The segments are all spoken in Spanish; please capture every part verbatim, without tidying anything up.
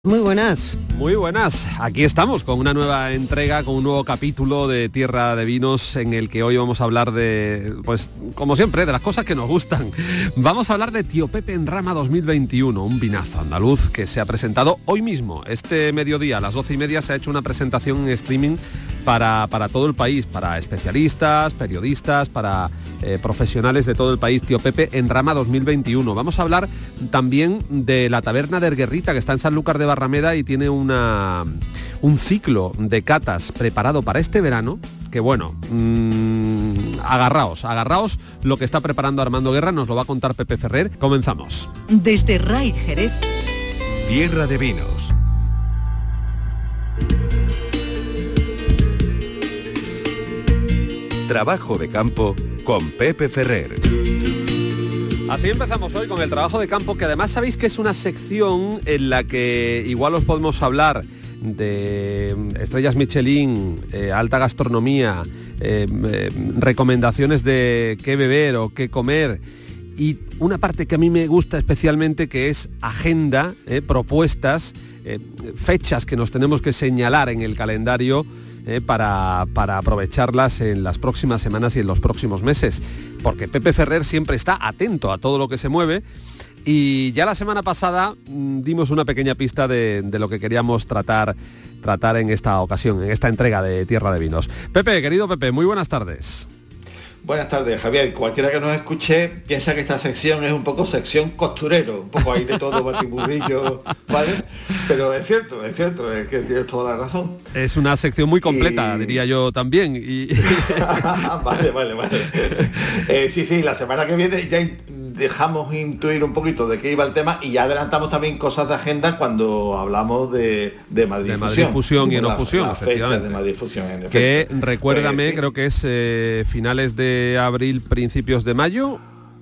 Muy buenas. Muy buenas. Aquí estamos con una nueva entrega, con un nuevo capítulo de Tierra de Vinos en el que hoy vamos a hablar de, pues como siempre, de las cosas que nos gustan. Vamos a hablar de Tío Pepe en Rama dos mil veintiuno, un vinazo andaluz que se ha presentado hoy mismo. Este mediodía a las doce y media se ha hecho una presentación en streaming para, para todo el país, para especialistas, periodistas, para eh, profesionales de todo el país. Tío Pepe en Rama dos mil veintiuno. Vamos a hablar también de la taberna de Erguerrita, que está en Sanlúcar de Barrameda y tiene una, un ciclo de catas preparado para este verano, que bueno, mmm, agarraos, agarraos lo que está preparando Armando Guerra, nos lo va a contar Pepe Ferrer. Comenzamos. Desde Ray Jerez. Tierra de Vinos. Trabajo de campo con Pepe Ferrer. Así empezamos hoy con el trabajo de campo, que además sabéis que es una sección en la que igual os podemos hablar de estrellas Michelin, eh, alta gastronomía, eh, eh, recomendaciones de qué beber o qué comer, y una parte que a mí me gusta especialmente, que es agenda, eh, propuestas, eh, fechas que nos tenemos que señalar en el calendario Eh, para, para aprovecharlas en las próximas semanas y en los próximos meses, porque Pepe Ferrer siempre está atento a todo lo que se mueve, y ya la semana pasada mmm, dimos una pequeña pista de, de lo que queríamos tratar, tratar en esta ocasión, en esta entrega de Tierra de Vinos. Pepe, querido Pepe, muy buenas tardes. Buenas tardes, Javier. Cualquiera que nos escuche piensa que esta sección es un poco sección costurero, un poco ahí de todo, batiburrillo, ¿vale? Pero es cierto, es cierto, es que tienes toda la razón. Es una sección muy completa, y... diría yo también. Y... vale, vale, vale. Eh, sí, sí, la semana que viene ya dejamos intuir un poquito de qué iba el tema, y ya adelantamos también cosas de agenda cuando hablamos de, de Madrid de Fusión. Madrid Fusión y la, no Fusión, la efectivamente. De Madrid Fusión, en que recuérdame, pues, sí. creo que es eh, finales de abril, principios de mayo.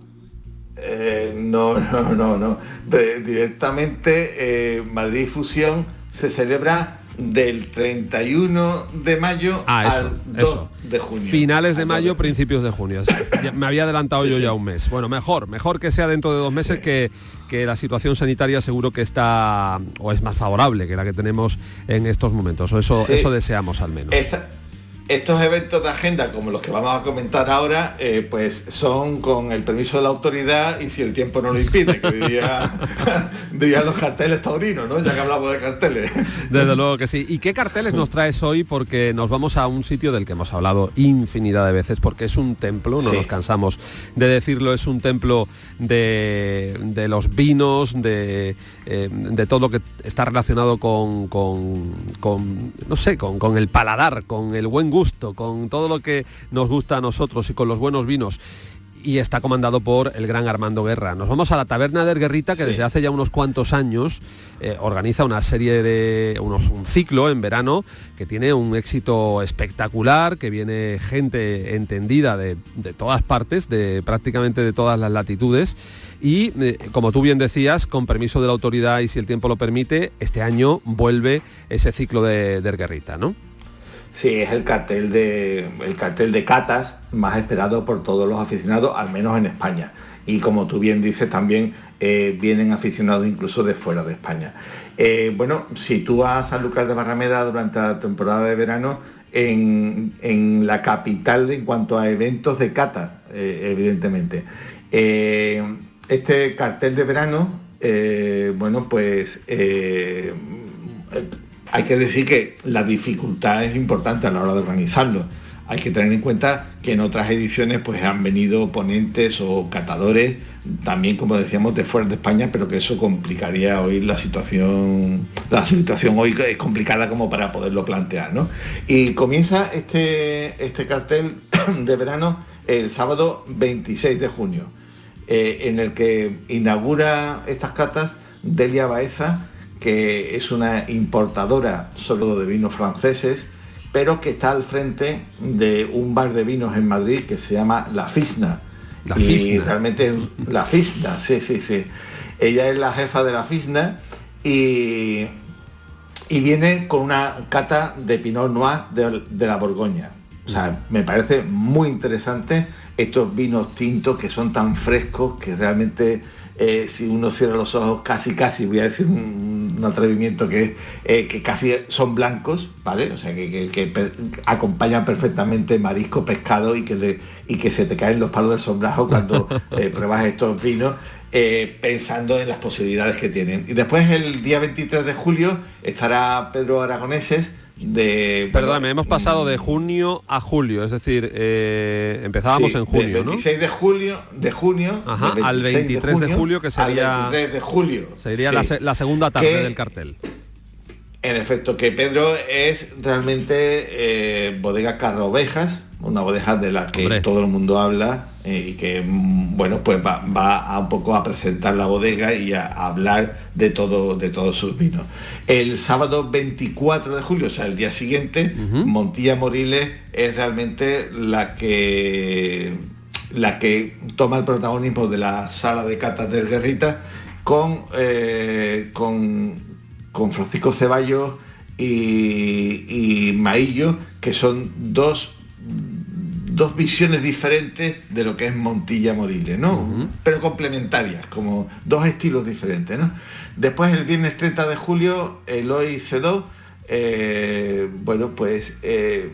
Eh, no, no, no, no. De, directamente eh, Madrid Fusión se celebra del treinta y uno de mayo ah, eso, al dos eso. de junio. Finales de mayo, principios de junio. Me había adelantado sí, yo sí. ya un mes. Bueno, mejor, mejor que sea dentro de dos meses, sí. que, que la situación sanitaria seguro que está, o es más favorable que la que tenemos en estos momentos. O eso, sí. eso deseamos al menos. Esta... Estos eventos de agenda, como los que vamos a comentar ahora, eh, pues son con el permiso de la autoridad y si el tiempo no lo impide, que diría, dirían los carteles taurinos, ¿no? Ya que hablamos de carteles. Desde luego que sí. ¿Y qué carteles nos traes hoy? Porque nos vamos a un sitio del que hemos hablado infinidad de veces, porque es un templo, no sí. nos cansamos de decirlo, es un templo de, de los vinos, de, eh, de todo lo que está relacionado con, con, con no sé, con, con el paladar, con el buen gusto, gusto, con todo lo que nos gusta a nosotros y con los buenos vinos, y está comandado por el gran Armando Guerra. Nos vamos a la taberna de Erguerita, que sí. desde hace ya unos cuantos años eh, organiza una serie de unos, un ciclo en verano que tiene un éxito espectacular, que viene gente entendida de, de todas partes, de prácticamente de todas las latitudes, y eh, como tú bien decías, con permiso de la autoridad y si el tiempo lo permite, este año vuelve ese ciclo de, de Erguerita, ¿no? Sí, es el cartel de el cartel de catas más esperado por todos los aficionados, al menos en España. Y como tú bien dices, también eh, vienen aficionados incluso de fuera de España. Eh, bueno, si tú vas a Sanlúcar de Barrameda durante la temporada de verano, en, en la capital en cuanto a eventos de cata, eh, evidentemente. Eh, este cartel de verano, eh, bueno, pues... Eh, hay que decir que la dificultad es importante a la hora de organizarlo. Hay que tener en cuenta que en otras ediciones pues han venido ponentes o catadores, también como decíamos, de fuera de España, pero que eso complicaría hoy la situación. La situación hoy es complicada como para poderlo plantear, ¿no? Y comienza este, este cartel de verano el sábado veintiséis de junio, eh, en el que inaugura estas catas Delia Baeza, que es una importadora sobre todo de vinos franceses, pero que está al frente de un bar de vinos en Madrid que se llama La Fisna. La y Fisna. realmente La Fisna, sí, sí, sí. Ella es la jefa de La Fisna y, y viene con una cata de Pinot Noir de, de la Borgoña. O sea, me parece muy interesante estos vinos tintos que son tan frescos, que realmente eh, si uno cierra los ojos, casi casi, voy a decir un, un atrevimiento que eh, que casi son blancos, ¿vale? O sea, que, que, que per, acompañan perfectamente marisco, pescado y que, le, y que se te caen los palos del sombrajo cuando eh, pruebas estos vinos, eh, pensando en las posibilidades que tienen. Y después el día veintitrés de julio estará Pedro Aragoneses, de... Perdóname, hemos pasado de junio a julio, es decir, eh, empezábamos sí, en junio, del veintiséis ¿no? de julio, de junio, Ajá, al veintitrés de, junio, de julio, que sería... Al veintitrés de julio. Sería sí, la, se, la segunda tarde que, del cartel. En efecto, que Pedro es realmente eh, bodega Carrovejas, una bodega de la que Hombre. todo el mundo habla eh, y que, bueno, pues va, va a un poco a presentar la bodega y a, a hablar de todo de todos sus vinos. El sábado veinticuatro de julio, o sea, el día siguiente, uh-huh. Montilla Moriles es realmente la que la que toma el protagonismo de la sala de catas del Guerrita con eh, con con Francisco Ceballos y, y Maillo, que son dos dos visiones diferentes de lo que es Montilla Moriles, ¿no? Uh-huh. Pero complementarias, como dos estilos diferentes, ¿no? Después el viernes treinta de julio, Eloy Cedó, eh, bueno, pues eh,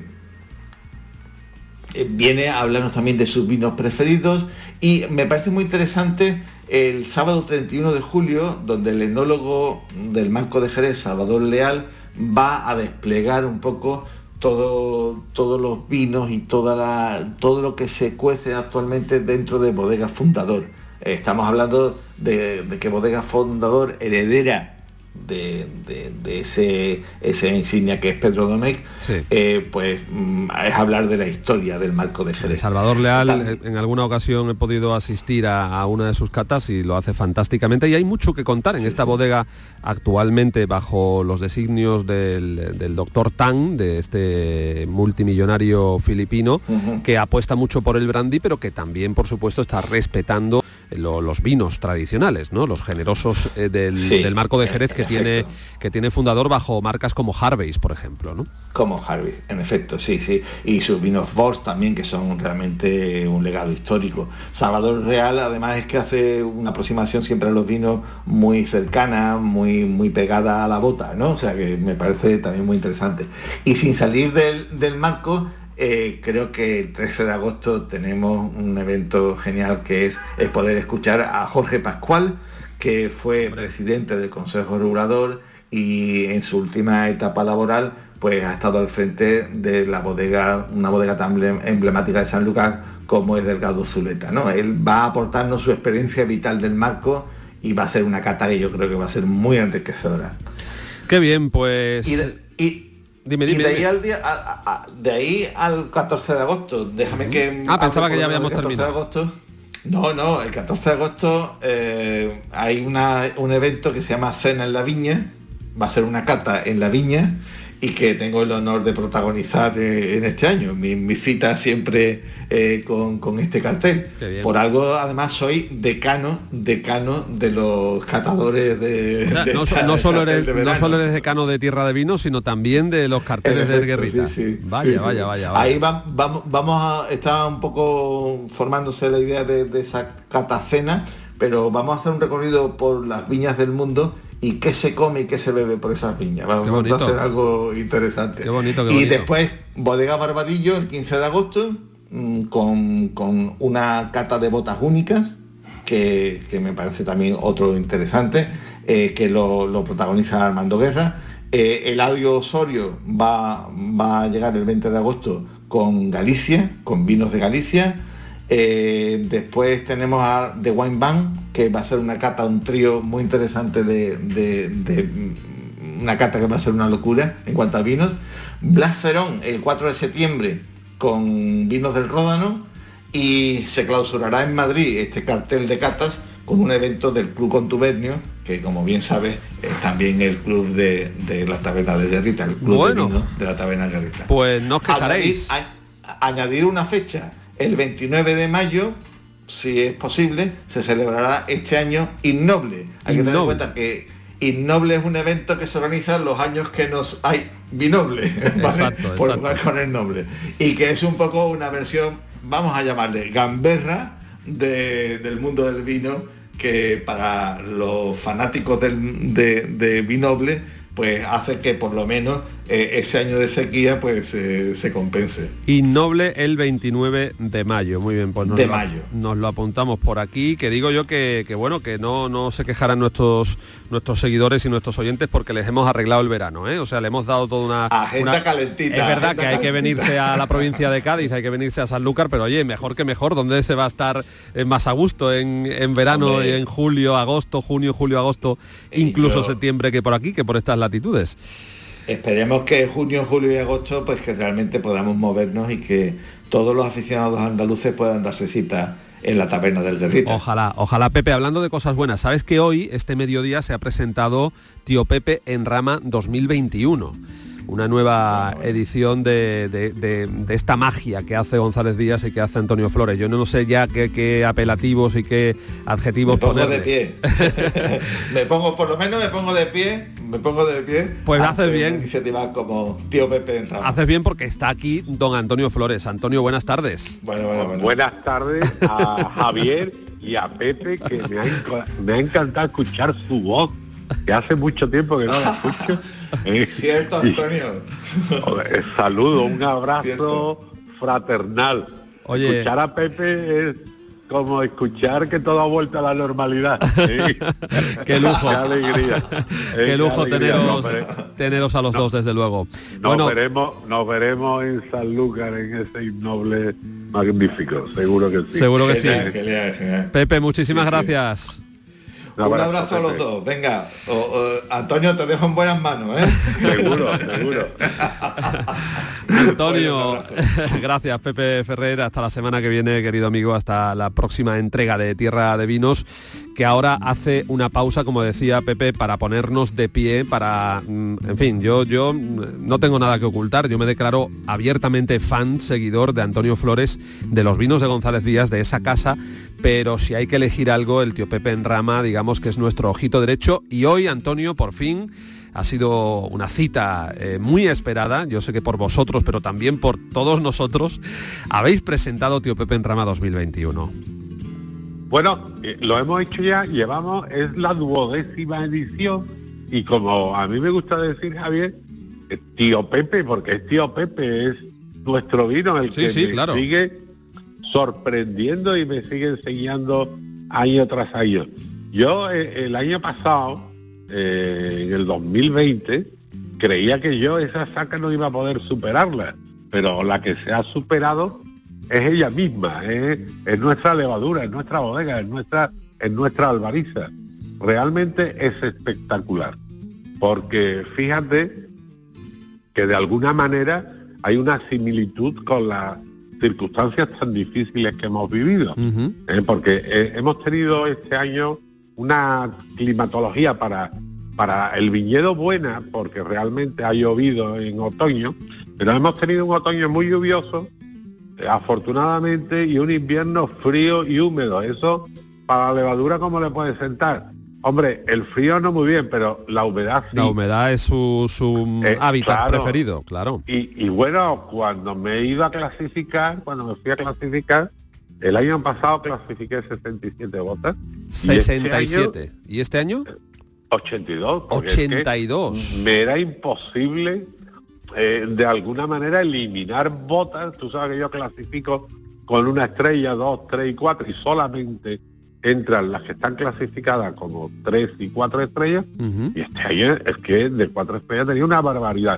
viene a hablarnos también de sus vinos preferidos, y me parece muy interesante el sábado treinta y uno de julio, donde el enólogo del Marco de Jerez, Salvador Leal, va a desplegar un poco todo, todos los vinos y toda la, todo lo que se cuece actualmente dentro de Bodega Fundador. Eh, estamos hablando de, de que Bodega Fundador, heredera de, de, de ese, ese insignia que es Pedro Domecq, sí. eh, pues mm, es hablar de la historia del Marco de Jerez. Salvador Leal, Total. en alguna ocasión he podido asistir a, a una de sus catas y lo hace fantásticamente, y hay mucho que contar en sí, esta sí. bodega actualmente bajo los designios del, del doctor Tang, de este multimillonario filipino, uh-huh. que apuesta mucho por el brandy, pero que también, por supuesto, está respetando lo, los vinos tradicionales, ¿no? Los generosos eh, del, sí, del Marco de Jerez que tiene, que tiene Fundador bajo marcas como Harvey's, por ejemplo, ¿no? Como Harvey's, en efecto, sí, sí. Y sus vinos Bosch también, que son realmente un legado histórico. Salvador Real, además, es que hace una aproximación siempre a los vinos muy cercana, muy, muy pegada a la bota, ¿no? O sea, que me parece también muy interesante. Y sin salir del, del marco, Eh, creo que el trece de agosto tenemos un evento genial, que es, es poder escuchar a Jorge Pascual, que fue presidente del Consejo Regulador y en su última etapa laboral pues ha estado al frente de la bodega, una bodega tan emblemática de Sanlúcar como es Delgado Zuleta, ¿no? Él va a aportarnos su experiencia vital del marco y va a ser una cata que yo creo que va a ser muy enriquecedora. Qué bien, pues... Y de, y, Dime, dime, y de ahí, al día, a, a, de ahí al catorce de agosto, déjame uh-huh. que... Ah, pensaba que ya habíamos terminado. De agosto. No, no, el catorce de agosto eh, hay una, un evento que se llama Cena en la Viña, va a ser una cata en la Viña, y que tengo el honor de protagonizar eh, en este año. Mi, mi cita siempre eh, con, con este cartel. Por algo, además, soy decano, decano de los catadores de... O sea, de no, esta, no, solo eres, de no solo eres decano de Tierra de Vino, sino también de los carteles del Guerrita. Sí, sí, vaya, sí, vaya, vaya, vaya. Ahí va, vamos, vamos a... Está un poco formándose la idea de, de esa catacena, pero vamos a hacer un recorrido por las viñas del mundo y qué se come y qué se bebe por esas viñas. Vamos a hacer algo interesante. Qué bonito, qué y bonito. Después, Bodega Barbadillo, el quince de agosto, con, con una cata de botas únicas, que, que me parece también otro interesante, eh, que lo, lo protagoniza Armando Guerra. Eh, Eladio Osorio va, va a llegar el veinte de agosto con Galicia, con vinos de Galicia. Eh, después tenemos a The Wine Band, que va a ser una cata, un trío muy interesante de, de, de una cata que va a ser una locura en cuanto a vinos. Blas Cerón el cuatro de septiembre con vinos del Ródano, y se clausurará en Madrid este cartel de catas con un evento del Club Contubernio, que como bien sabes es también el club de, de la Taberna de Guerrita, el club bueno, de vino de la Taberna de Guerrita. Pues no os quejaréis. Añadir, a, añadir una fecha. El veintinueve de mayo, si es posible, se celebrará este año Innoble. Hay Innoble. que tener en cuenta que Innoble es un evento que se organiza los años que nos hay Vinoble, ¿vale? Exacto, por jugar con el noble. Y que es un poco una versión, vamos a llamarle gamberra, de, del mundo del vino, que para los fanáticos del, de, de Vinoble, pues hace que por lo menos eh, ese año de sequía pues eh, se compense. Innoble el veintinueve de mayo, muy bien, pues nos, de lo, mayo. nos lo apuntamos por aquí, que digo yo que, que bueno, que no, no se quejarán nuestros nuestros seguidores y nuestros oyentes porque les hemos arreglado el verano, ¿eh? O sea, le hemos dado toda una... Agenda una... calentita. Es verdad que calentita. hay que venirse a la provincia de Cádiz, hay que venirse a Sanlúcar, pero oye, mejor que mejor, ¿dónde se va a estar eh, más a gusto? En, en verano, Hombre. en julio, agosto, junio, julio, agosto, incluso yo... septiembre que por aquí, que por estas latitudes. Esperemos que junio, julio y agosto pues que realmente podamos movernos y que todos los aficionados andaluces puedan darse cita en la taberna del Guerrita. Ojalá, ojalá. Pepe, hablando de cosas buenas, ¿sabes que hoy, este mediodía, se ha presentado Tío Pepe en Rama dos mil veintiuno? Una nueva bueno, bueno. edición de, de, de, de esta magia que hace González Díaz y que hace Antonio Flores. Yo no sé ya qué, qué apelativos y qué adjetivos me pongo ponerle. de pie. me pongo, por lo menos me pongo de pie, me pongo de pie. Pues haces bien. Iniciativas como Tío Pepe en Rama. Haces bien porque está aquí don Antonio Flores. Antonio, buenas tardes. Bueno, bueno, bueno. Buenas tardes a Javier y a Pepe, que me ha, me ha encantado escuchar su voz, que hace mucho tiempo que no la escucho. Eh, Cierto, Antonio. Eh, saludo, un abrazo Cierto. fraternal. Oye, escuchar a Pepe es como escuchar que todo ha vuelto a la normalidad. ¿Sí? Qué lujo. Qué alegría. Qué eh, lujo qué alegría. teneros, no, pero, teneros a los no, dos, desde luego. Nos, bueno, veremos, nos veremos en Sanlúcar en ese innoble magnífico, seguro que sí. Seguro que genial, sí. Genial, genial. Pepe, muchísimas sí, gracias. Sí. Un abrazo, un abrazo a los dos. Venga, o, o, Antonio, te dejo en buenas manos, ¿eh? Seguro, seguro. Antonio, gracias, Pepe Ferrer. Hasta la semana que viene, querido amigo. Hasta la próxima entrega de Tierra de Vinos, que ahora hace una pausa, como decía Pepe, para ponernos de pie, para... En fin, yo, yo no tengo nada que ocultar. Yo me declaro abiertamente fan, seguidor de Antonio Flores, de los vinos de González Díaz, de esa casa, pero si hay que elegir algo, el Tío Pepe en Rama, digamos que es nuestro ojito derecho. Y hoy, Antonio, por fin, ha sido una cita eh, muy esperada, yo sé que por vosotros, pero también por todos nosotros, habéis presentado Tío Pepe en Rama dos mil veintiuno. Bueno, eh, lo hemos hecho ya, llevamos, es la duodécima edición, y como a mí me gusta decir, Javier, eh, Tío Pepe, porque es Tío Pepe, es nuestro vino el sí, que sí, me claro. sigue sorprendiendo y me sigue enseñando año tras año. Yo eh, el año pasado, eh, en el dos mil veinte, creía que yo esa saca no iba a poder superarla, pero la que se ha superado es ella misma, es, es nuestra levadura, es nuestra bodega, es nuestra, es nuestra albariza. Realmente es espectacular, porque fíjate que de alguna manera hay una similitud con las circunstancias tan difíciles que hemos vivido, uh-huh. eh, porque eh, hemos tenido este año una climatología para, para el viñedo buena, porque realmente ha llovido en otoño, pero hemos tenido un otoño muy lluvioso, eh, afortunadamente, y un invierno frío y húmedo. Eso para la levadura, ¿cómo le puede sentar? Hombre, el frío no muy bien, pero la humedad sí. La humedad es su, su eh, hábitat claro. preferido, claro. Y, y bueno, cuando me he ido a clasificar, cuando me fui a clasificar, el año pasado clasifiqué sesenta y siete botas. sesenta y siete. ¿Y este año? ochenta y dos. ochenta y dos. Es que me era imposible, eh, de alguna manera, eliminar botas. Tú sabes que yo clasifico con una estrella, dos, tres y cuatro, y solamente entran las que están clasificadas como tres y cuatro estrellas, uh-huh. y este año es que de cuatro estrellas tenía una barbaridad.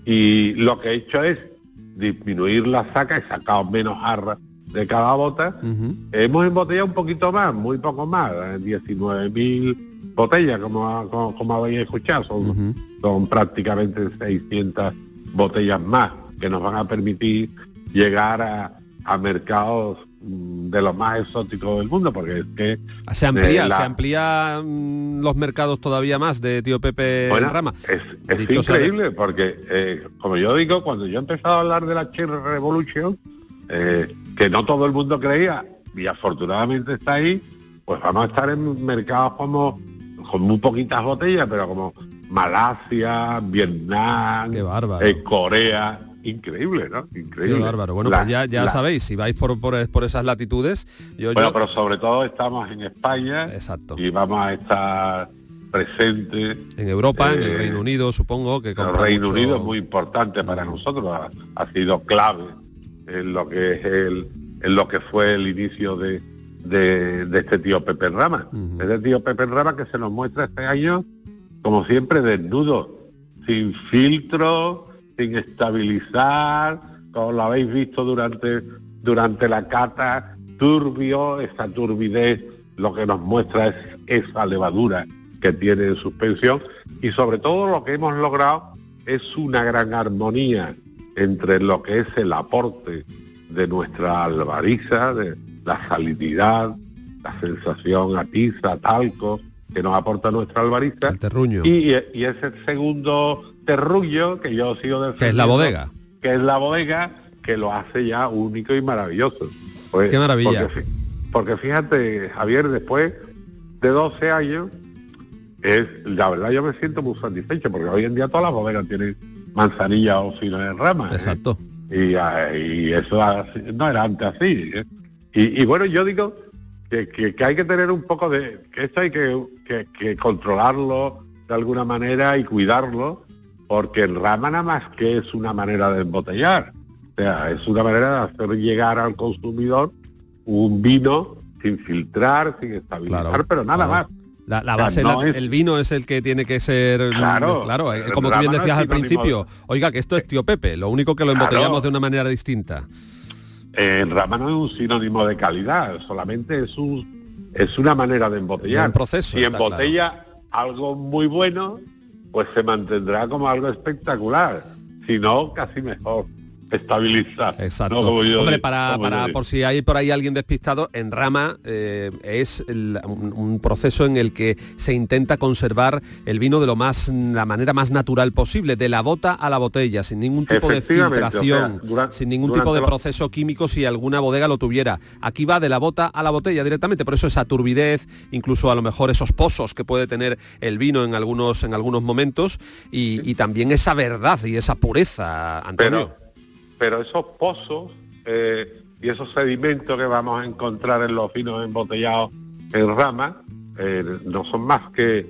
Y lo que he hecho es disminuir la saca, he sacado menos jarras de cada bota, uh-huh. hemos embotellado un poquito más, muy poco más, diecinueve mil botellas, como, como, como habéis escuchado, son, uh-huh. son prácticamente seiscientas botellas más, que nos van a permitir llegar a, a mercados de los más exóticos del mundo, porque es que se amplía, la... se amplía mmm, los mercados todavía más de Tío Pepe bueno, en Rama. Es, es increíble, sabe. porque eh, como yo digo, cuando yo he empezado a hablar de la Cherry Revolution, eh, que no todo el mundo creía, y afortunadamente está ahí, pues vamos a estar en mercados como con muy poquitas botellas, pero como Malasia, Vietnam, Qué bárbaro. eh, Corea, increíble, ¿no? Increíble. Qué bárbaro. Bueno, la, pues ya, ya la... sabéis, si vais por, por, por esas latitudes... Yo, bueno, yo... pero sobre todo estamos en España. Exacto. Y vamos a estar presentes... En Europa, eh, en el Reino Unido, supongo que... El Reino mucho... Unido es muy importante para nosotros, ha, ha sido clave en lo que es el, en lo que fue el inicio de, de, de este tío Pepe Rama. Uh-huh. Este tío Pepe Rama que se nos muestra este año, como siempre, desnudo, sin filtro, sin estabilizar, como lo habéis visto durante, durante la cata, turbio, esa turbidez, lo que nos muestra es esa levadura que tiene en suspensión, y sobre todo lo que hemos logrado es una gran armonía entre lo que es el aporte de nuestra albariza, de la salinidad, la sensación a tiza, talco, que nos aporta nuestra albariza, el terruño. Y, y ese segundo terruño que yo sigo defendiendo, que es la bodega, que es la bodega, que lo hace ya único y maravilloso. Pues, qué maravilla. Porque, porque fíjate, Javier, después de doce años, es la verdad yo me siento muy satisfecho, porque hoy en día todas las bodegas tienen manzanilla o fino de rama. Exacto. ¿eh? Y, y eso no era antes así. ¿eh? Y, y bueno, yo digo que, que, que hay que tener un poco de... que esto hay que, que, que controlarlo de alguna manera y cuidarlo, porque el rama nada más que es una manera de embotellar. O sea, es una manera de hacer llegar al consumidor un vino sin filtrar, sin estabilizar, claro, pero nada claro. más. La, la base, o sea, no la, es... el vino es el que tiene que ser, claro, claro como tú bien decías no al principio, oiga, que esto es tío Pepe, lo único que lo embotellamos claro. de una manera distinta. Eh, el rama no es un sinónimo de calidad, solamente es un es una manera de embotellar. Un proceso. Si embotella claro. algo muy bueno, pues se mantendrá como algo espectacular, si no, casi mejor. Estabilizar. Exacto. ¿no? Como yo, Hombre, para, para por si hay por ahí alguien despistado, en rama eh, es el, un, un proceso en el que se intenta conservar el vino de lo más, la manera más natural posible, de la bota a la botella, sin ningún tipo de filtración, o sea, durante, sin ningún tipo de proceso lo... químico si alguna bodega lo tuviera. Aquí va de la bota a la botella directamente, por eso esa turbidez, incluso a lo mejor esos pozos que puede tener el vino en algunos, en algunos momentos, y, y también esa verdad y esa pureza, Antonio. Pero... pero esos pozos eh, y esos sedimentos que vamos a encontrar en los vinos embotellados en rama eh, no son más que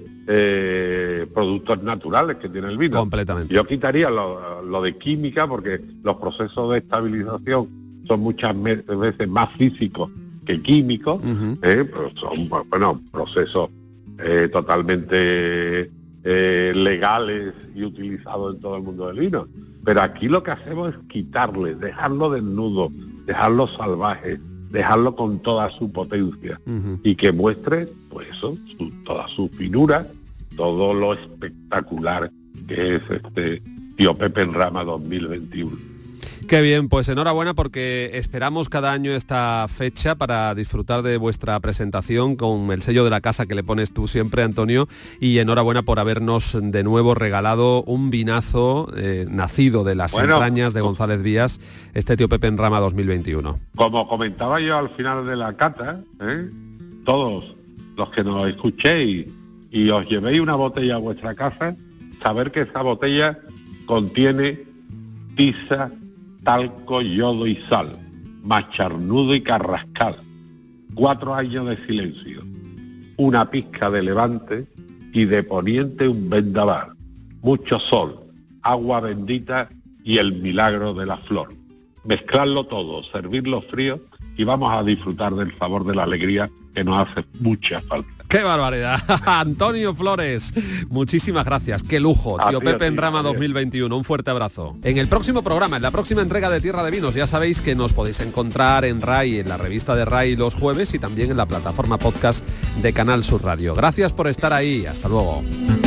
eh, productos naturales que tiene el vino. Completamente. Yo quitaría lo, lo de química, porque los procesos de estabilización son muchas veces más físicos que químicos, uh-huh. eh, pero son bueno procesos eh, totalmente eh, legales y utilizados en todo el mundo del vino. Pero aquí lo que hacemos es quitarle, dejarlo desnudo, dejarlo salvaje, dejarlo con toda su potencia, uh-huh. y que muestre, pues eso, su, toda su finura, todo lo espectacular que es este tío Pepe en Rama dos mil veintiuno. Qué bien, pues enhorabuena, porque esperamos cada año esta fecha para disfrutar de vuestra presentación con el sello de la casa que le pones tú siempre, Antonio, y enhorabuena por habernos de nuevo regalado un vinazo eh, nacido de las bueno, entrañas de González Vías, este tío Pepe en Rama dos mil veintiuno. Como comentaba yo al final de la cata, ¿eh? todos los que nos escuchéis y os llevéis una botella a vuestra casa, saber que esa botella contiene tiza, talco, yodo y sal, macharnudo y carrascal, cuatro años de silencio, una pizca de levante y de poniente un vendaval, mucho sol, agua bendita y el milagro de la flor. Mezclarlo todo, servirlo frío y vamos a disfrutar del sabor de la alegría que nos hace mucha falta. ¡Qué barbaridad! Antonio Flores, muchísimas gracias. ¡Qué lujo! Tío Pepe en Rama dos mil veintiuno, un fuerte abrazo. En el próximo programa, en la próxima entrega de Tierra de Vinos, ya sabéis que nos podéis encontrar en RAI, en la revista de RAI los jueves y también en la plataforma podcast de Canal Sur Radio. Gracias por estar ahí. Hasta luego.